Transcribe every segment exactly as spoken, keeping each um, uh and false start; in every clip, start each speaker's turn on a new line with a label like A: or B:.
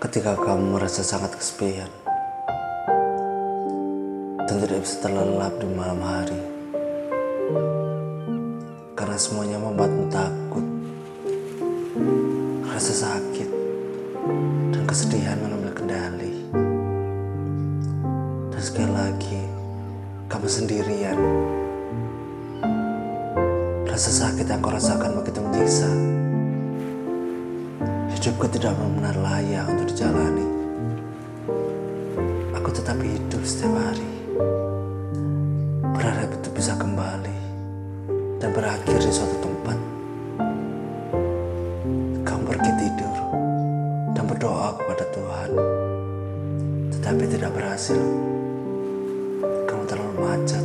A: Ketika kamu merasa sangat kesepian dan tidak bisa terlelap di malam hari, karena semuanya membuatmu takut, rasa sakit dan kesedihan mengambil kendali. Dan sekali lagi, kamu sendirian. Rasa sakit yang kau rasakan begitu menyiksa. Hidupku tidak benar-benar layak untuk dijalani. Aku tetap hidup setiap hari, berharap itu bisa kembali dan berakhir di suatu tempat. Kamu pergi tidur dan berdoa kepada Tuhan, tetapi tidak berhasil. Kamu terlalu macet.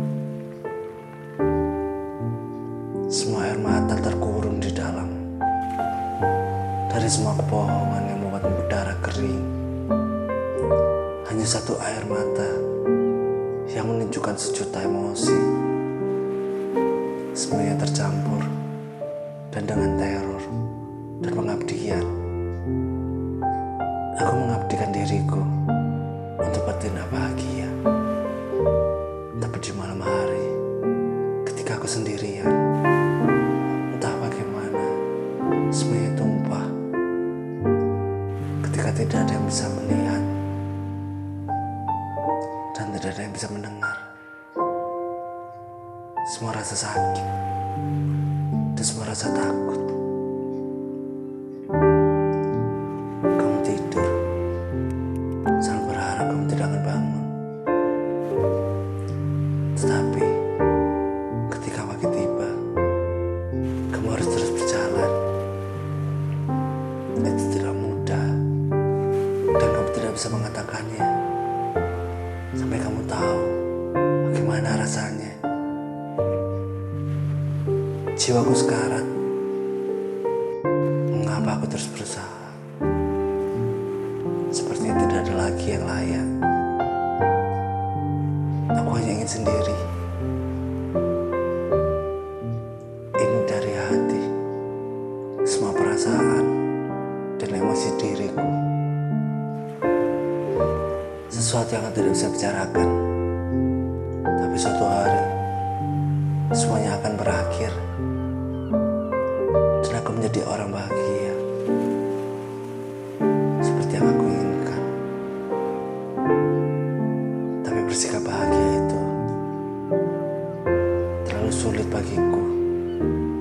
A: Semua air mata terkurung di dalam. Dari semua kebohongan yang membuatmu berdarah kering, hanya satu air mata yang menunjukkan sejuta emosi. Semuanya tercampur dan dengan teror dan pengabdian. Aku mengabdikan diriku untuk bertindak bahagia. Tapi di malam hari, ketika aku sendirian, entah bagaimana, semuanya tumpah. Ketika tidak ada yang bisa melihat dan tidak ada yang bisa mendengar, semua rasa sakit dan semua rasa takut. Kamu tidur, selalu berharap kamu tidak akan bangun. Tetapi ketika pagi tiba, kamu harus terus berjalan. Itu tidak mudah, dan kamu tidak bisa mengatakannya sampai kamu tahu bagaimana rasanya. Jiwaku sekarat. Mengapa aku terus berusaha? Sepertinya tidak ada lagi yang layak. Aku hanya ingin sendiri. Ingin dari hati semua perasaan dan emosi diriku. Sesuatu yang tidak bisa bicarakan. Tapi suatu hari semuanya akan berakhir dan aku menjadi orang bahagia seperti yang aku inginkan. Tapi bersikap bahagia itu terlalu sulit bagiku.